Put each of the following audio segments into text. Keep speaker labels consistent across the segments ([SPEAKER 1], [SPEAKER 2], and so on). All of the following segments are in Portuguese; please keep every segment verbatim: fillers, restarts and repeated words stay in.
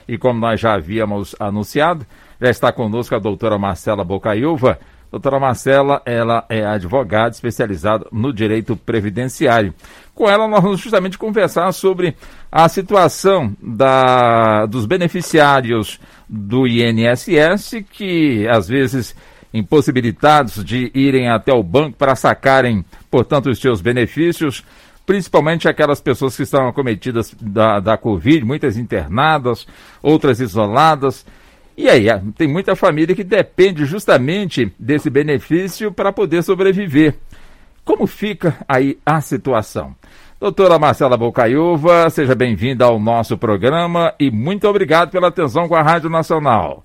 [SPEAKER 1] E como nós já havíamos anunciado, já está conosco a doutora Marcela Bocaiúva. Doutora Marcela, ela é advogada especializada no direito previdenciário. Com ela nós vamos justamente conversar sobre a situação da, dos beneficiários do I N S S que, às vezes, impossibilitados de irem até o banco para sacarem, portanto, os seus benefícios, principalmente aquelas pessoas que estão acometidas da, da Covid, muitas internadas, outras isoladas. E aí, tem muita família que depende justamente desse benefício para poder sobreviver. Como fica aí a situação? Doutora Marcela Bocaiúva, seja bem-vinda ao nosso programa e muito obrigado pela atenção com a Rádio Nacional.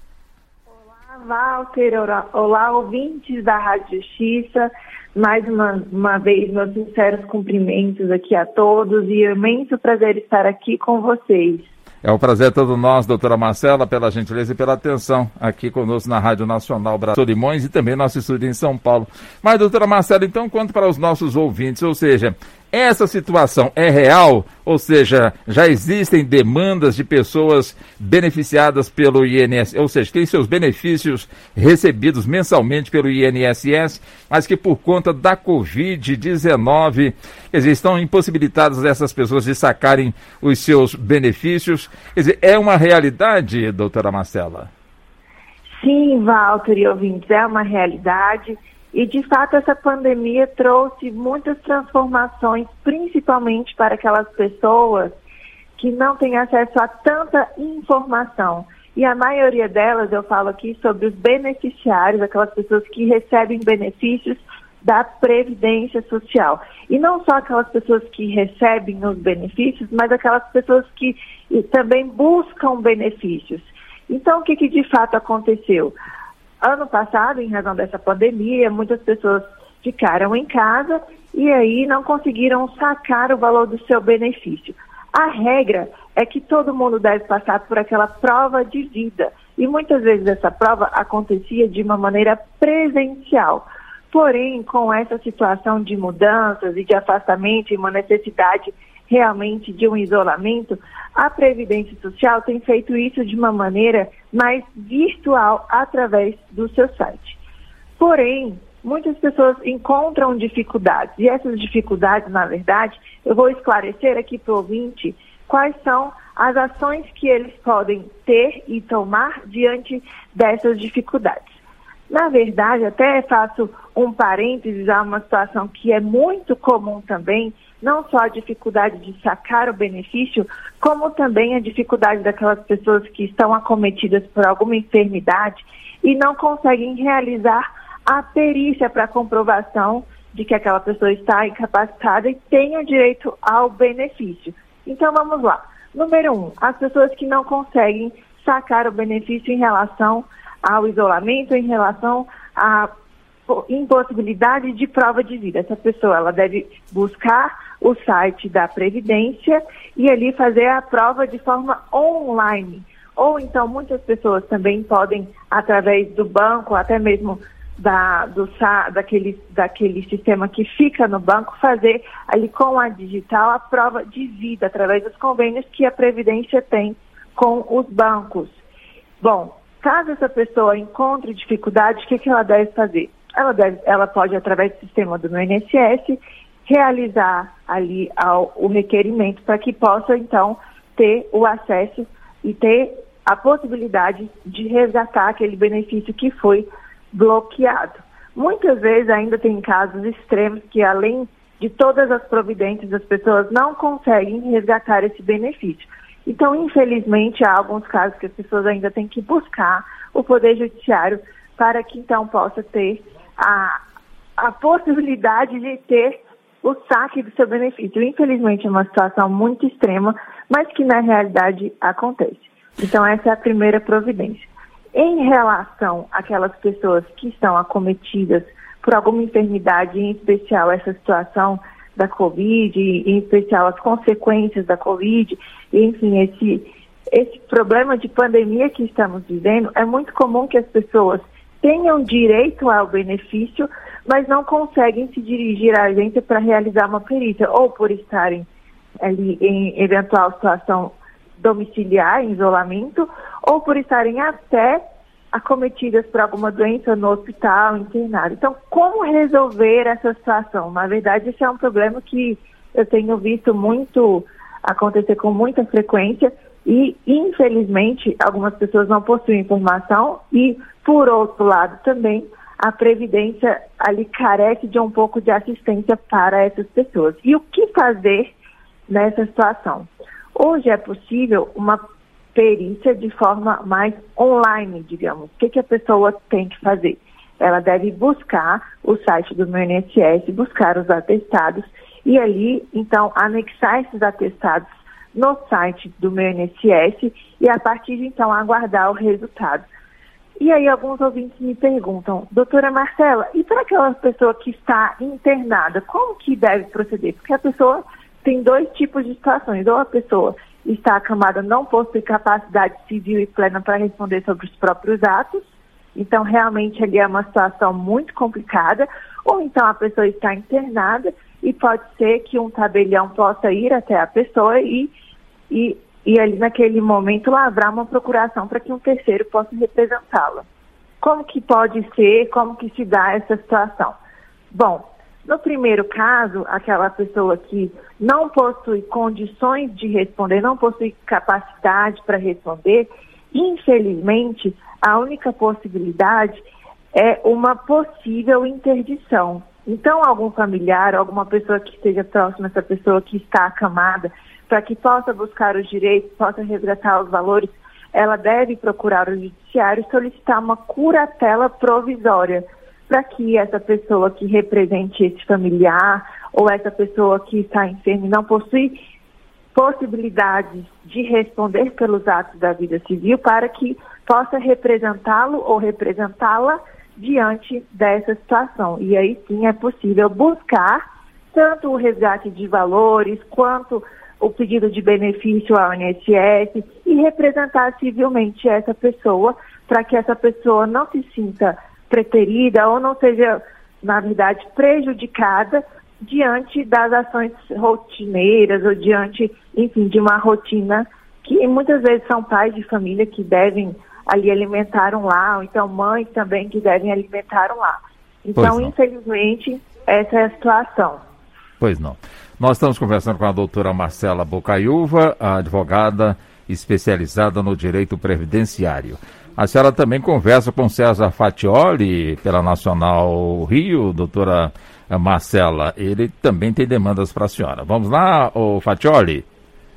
[SPEAKER 2] Olá, Walter. Olá, ouvintes da Rádio Justiça. Mais uma, uma vez, meus sinceros cumprimentos aqui a todos e é um imenso prazer estar aqui com vocês.
[SPEAKER 1] É um prazer todo nosso, doutora Marcela, pela gentileza e pela atenção aqui conosco na Rádio Nacional Brasil Limões e também nosso estúdio em São Paulo. Mas, doutora Marcela, então, quanto para os nossos ouvintes, ou seja, essa situação é real? Ou seja, já existem demandas de pessoas beneficiadas pelo I N S S, ou seja, têm seus benefícios recebidos mensalmente pelo I N S S, mas que por conta da covid dezenove, quer dizer, estão impossibilitadas essas pessoas de sacarem os seus benefícios. Quer dizer, é uma realidade, doutora Marcela?
[SPEAKER 2] Sim, Walter e ouvintes, é uma realidade. E, de fato, essa pandemia trouxe muitas transformações, principalmente para aquelas pessoas que não têm acesso a tanta informação. E a maioria delas, eu falo aqui sobre os beneficiários, aquelas pessoas que recebem benefícios da Previdência Social. E não só aquelas pessoas que recebem os benefícios, mas aquelas pessoas que também buscam benefícios. Então, o que, que de fato aconteceu? Ano passado, em razão dessa pandemia, muitas pessoas ficaram em casa e aí não conseguiram sacar o valor do seu benefício. A regra é que todo mundo deve passar por aquela prova de vida e muitas vezes essa prova acontecia de uma maneira presencial. Porém, com essa situação de mudanças e de afastamento e uma necessidade realmente de um isolamento, a Previdência Social tem feito isso de uma maneira mais virtual através do seu site. Porém, muitas pessoas encontram dificuldades e essas dificuldades, na verdade, eu vou esclarecer aqui para o ouvinte quais são as ações que eles podem ter e tomar diante dessas dificuldades. Na verdade, até faço um parênteses a uma situação que é muito comum também, não só a dificuldade de sacar o benefício, como também a dificuldade daquelas pessoas que estão acometidas por alguma enfermidade e não conseguem realizar a perícia para comprovação de que aquela pessoa está incapacitada e tem o direito ao benefício. Então vamos lá. Número um, as pessoas que não conseguem sacar o benefício em relação ao isolamento, em relação à impossibilidade de prova de vida. Essa pessoa ela deve buscar o site da Previdência e ali fazer a prova de forma online. Ou então muitas pessoas também podem, através do banco, até mesmo da, do, daquele, daquele sistema que fica no banco, fazer ali com a digital a prova de vida, através dos convênios que a Previdência tem com os bancos. Bom, caso essa pessoa encontre dificuldade, o que, que ela deve fazer? Ela, deve, ela pode, através do sistema do I N S S, realizar ali ao, o requerimento para que possa, então, ter o acesso e ter a possibilidade de resgatar aquele benefício que foi bloqueado. Muitas vezes ainda tem casos extremos que, além de todas as providências, as pessoas não conseguem resgatar esse benefício. Então, infelizmente, há alguns casos que as pessoas ainda têm que buscar o Poder Judiciário para que, então, possa ter a, a possibilidade de ter o saque do seu benefício. Infelizmente, é uma situação muito extrema, mas que, na realidade, acontece. Então, essa é a primeira providência. Em relação àquelas pessoas que estão acometidas por alguma enfermidade, em especial essa situação da Covid, em especial as consequências da Covid, enfim, esse, esse problema de pandemia que estamos vivendo, é muito comum que as pessoas tenham direito ao benefício, mas não conseguem se dirigir à agência para realizar uma perícia, ou por estarem ali em eventual situação domiciliar, em isolamento, ou por estarem até acometidas por alguma doença no hospital, internado. Então, como resolver essa situação? Na verdade, esse é um problema que eu tenho visto muito acontecer com muita frequência e, infelizmente, algumas pessoas não possuem informação e, por outro lado, também a Previdência ali carece de um pouco de assistência para essas pessoas. E o que fazer nessa situação? Hoje é possível uma perícia de forma mais online, digamos. O que, que a pessoa tem que fazer? Ela deve buscar o site do meu I N S S, buscar os atestados e ali, então, anexar esses atestados no site do meu I N S S e, a partir de então, aguardar o resultado. E aí alguns ouvintes me perguntam, doutora Marcela, e para aquela pessoa que está internada, como que deve proceder? Porque a pessoa tem dois tipos de situações, ou a pessoa está acamada, não possui capacidade civil e plena para responder sobre os próprios atos, então realmente ali é uma situação muito complicada, ou então a pessoa está internada e pode ser que um tabelião possa ir até a pessoa e, e, e ali naquele momento lavrar uma procuração para que um terceiro possa representá-la. Como que pode ser, como que se dá essa situação? Bom, no primeiro caso, aquela pessoa que não possui condições de responder, não possui capacidade para responder, infelizmente, a única possibilidade é uma possível interdição. Então, algum familiar, alguma pessoa que esteja próxima a essa pessoa que está acamada, para que possa buscar os direitos, possa resgatar os valores, ela deve procurar o judiciário e solicitar uma curatela provisória, para que essa pessoa que represente esse familiar ou essa pessoa que está enferma e não possui possibilidades de responder pelos atos da vida civil, para que possa representá-lo ou representá-la diante dessa situação. E aí sim é possível buscar tanto o resgate de valores quanto o pedido de benefício ao I N S S e representar civilmente essa pessoa, para que essa pessoa não se sinta preterida ou não seja, na verdade, prejudicada diante das ações rotineiras ou diante, enfim, de uma rotina que muitas vezes são pais de família que devem ali alimentar um lar, ou então mães também que devem alimentar um lar. Então, infelizmente, essa é a situação.
[SPEAKER 1] Pois não. Nós estamos conversando com a doutora Marcela Bocaiúva, a advogada especializada no direito previdenciário. A senhora também conversa com César Fatioli, pela Nacional Rio, doutora Marcela. Ele também tem demandas para a senhora. Vamos lá, ô Fatioli?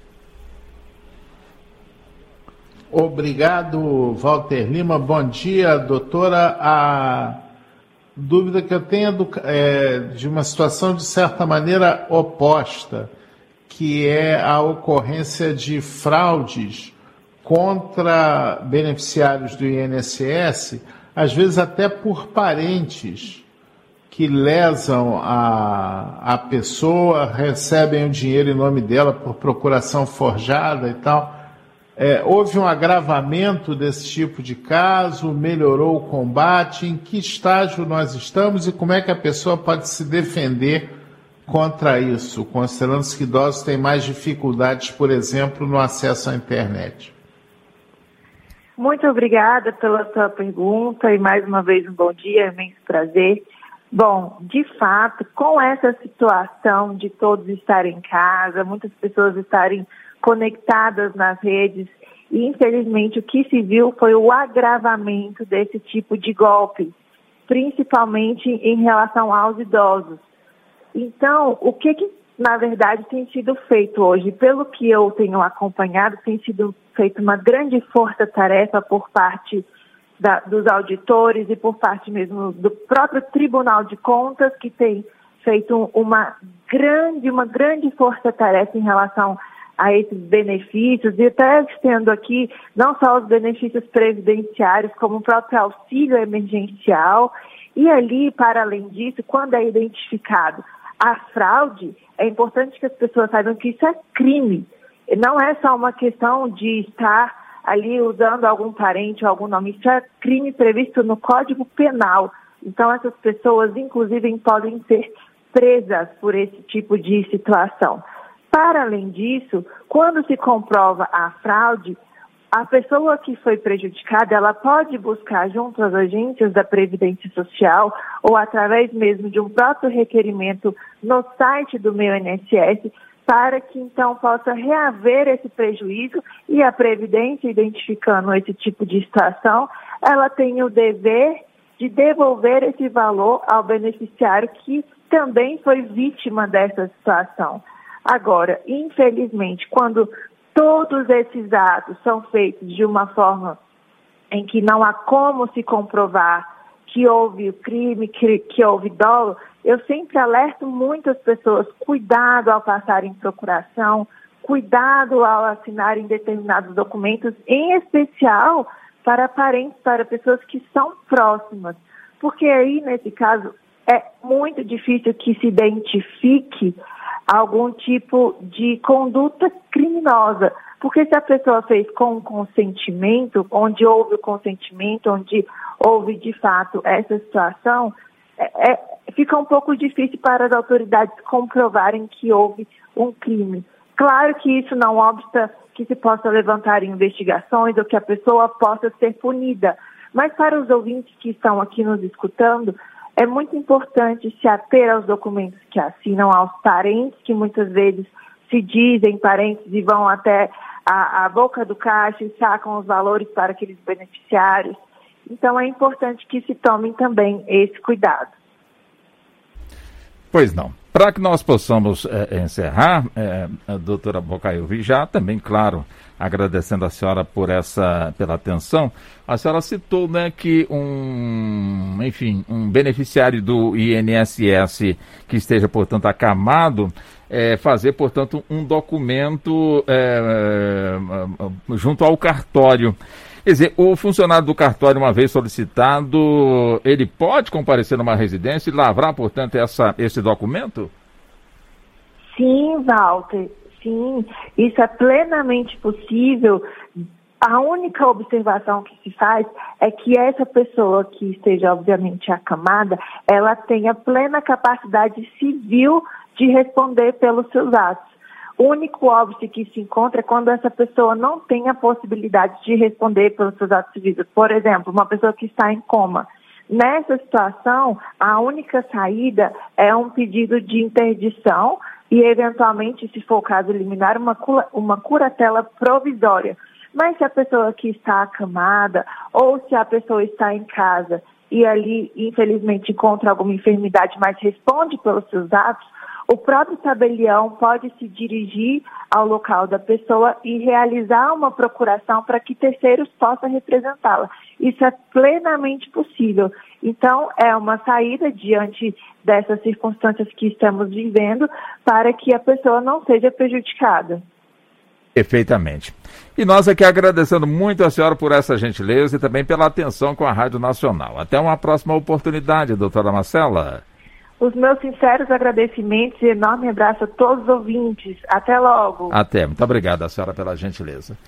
[SPEAKER 3] Obrigado, Walter Lima. Bom dia, doutora. A dúvida que eu tenho é, do, é de uma situação de certa maneira oposta, que é a ocorrência de fraudes contra beneficiários do I N S S, às vezes até por parentes que lesam a, a pessoa, recebem o dinheiro em nome dela por procuração forjada e tal. É, houve um agravamento desse tipo de caso, melhorou o combate, em que estágio nós estamos e como é que a pessoa pode se defender contra isso, considerando-se que idosos têm mais dificuldades, por exemplo, no acesso à internet?
[SPEAKER 2] Muito obrigada pela sua pergunta e mais uma vez um bom dia, é um imenso prazer. Bom, de fato, com essa situação de todos estarem em casa, muitas pessoas estarem conectadas nas redes, e infelizmente o que se viu foi o agravamento desse tipo de golpe, principalmente em relação aos idosos. Então, o que, que na verdade tem sido feito hoje? Pelo que eu tenho acompanhado, tem sido feita uma grande força-tarefa por parte da, dos auditores e por parte mesmo do próprio Tribunal de Contas, que tem feito uma grande, uma grande força-tarefa em relação a esses benefícios, e até tendo aqui não só os benefícios previdenciários, como o próprio auxílio emergencial. E ali, para além disso, quando é identificado a fraude, é importante que as pessoas saibam que isso é crime. Não é só uma questão de estar ali usando algum parente ou algum nome. Isso é crime previsto no Código Penal. Então, essas pessoas, inclusive, podem ser presas por esse tipo de situação. Para além disso, quando se comprova a fraude, a pessoa que foi prejudicada, ela pode buscar junto às agências da Previdência Social ou através mesmo de um próprio requerimento no site do meu I N S S para que então possa reaver esse prejuízo e a Previdência, identificando esse tipo de situação, ela tem o dever de devolver esse valor ao beneficiário que também foi vítima dessa situação. Agora, infelizmente, quando todos esses atos são feitos de uma forma em que não há como se comprovar que houve o crime, que, que houve dolo, eu sempre alerto muitas pessoas, cuidado ao passar em procuração, cuidado ao assinarem determinados documentos, em especial para parentes, para pessoas que são próximas. Porque aí, nesse caso, é muito difícil que se identifique algum tipo de conduta criminosa. Porque se a pessoa fez com consentimento, onde houve o consentimento, onde houve de fato essa situação, é, é, fica um pouco difícil para as autoridades comprovarem que houve um crime. Claro que isso não obsta que se possa levantar investigações ou que a pessoa possa ser punida. Mas para os ouvintes que estão aqui nos escutando, é muito importante se ater aos documentos que assinam, aos parentes que muitas vezes se dizem parentes e vão até a, a boca do caixa e sacam os valores para aqueles beneficiários. Então é importante que se tomem também esse cuidado.
[SPEAKER 1] Pois não. Para que nós possamos é, encerrar, é, a doutora Bocaiúva, já também, claro, agradecendo a senhora por essa, pela atenção, a senhora citou, né, que um, enfim, um beneficiário do I N S S que esteja, portanto, acamado, é, fazer, portanto, um documento é, junto ao cartório. Quer dizer, o funcionário do cartório, uma vez solicitado, ele pode comparecer numa residência e lavrar, portanto, essa, esse documento?
[SPEAKER 2] Sim, Walter, sim. Isso é plenamente possível. A única observação que se faz é que essa pessoa que esteja, obviamente, acamada, ela tenha plena capacidade civil de responder pelos seus atos. O único óbvio que se encontra é quando essa pessoa não tem a possibilidade de responder pelos seus atos civis. Por exemplo, uma pessoa que está em coma. Nessa situação, a única saída é um pedido de interdição e, eventualmente, se for o caso, eliminar uma, uma curatela provisória. Mas se a pessoa que está acamada ou se a pessoa está em casa e ali, infelizmente, encontra alguma enfermidade, mas responde pelos seus atos, o próprio tabelião pode se dirigir ao local da pessoa e realizar uma procuração para que terceiros possam representá-la. Isso é plenamente possível. Então, é uma saída diante dessas circunstâncias que estamos vivendo para que a pessoa não seja prejudicada.
[SPEAKER 1] Perfeitamente. E nós aqui agradecendo muito a senhora por essa gentileza e também pela atenção com a Rádio Nacional. Até uma próxima oportunidade, doutora Marcela.
[SPEAKER 2] Os meus sinceros agradecimentos e enorme abraço a todos os ouvintes. Até logo.
[SPEAKER 1] Até. Muito obrigado, a senhora, pela gentileza.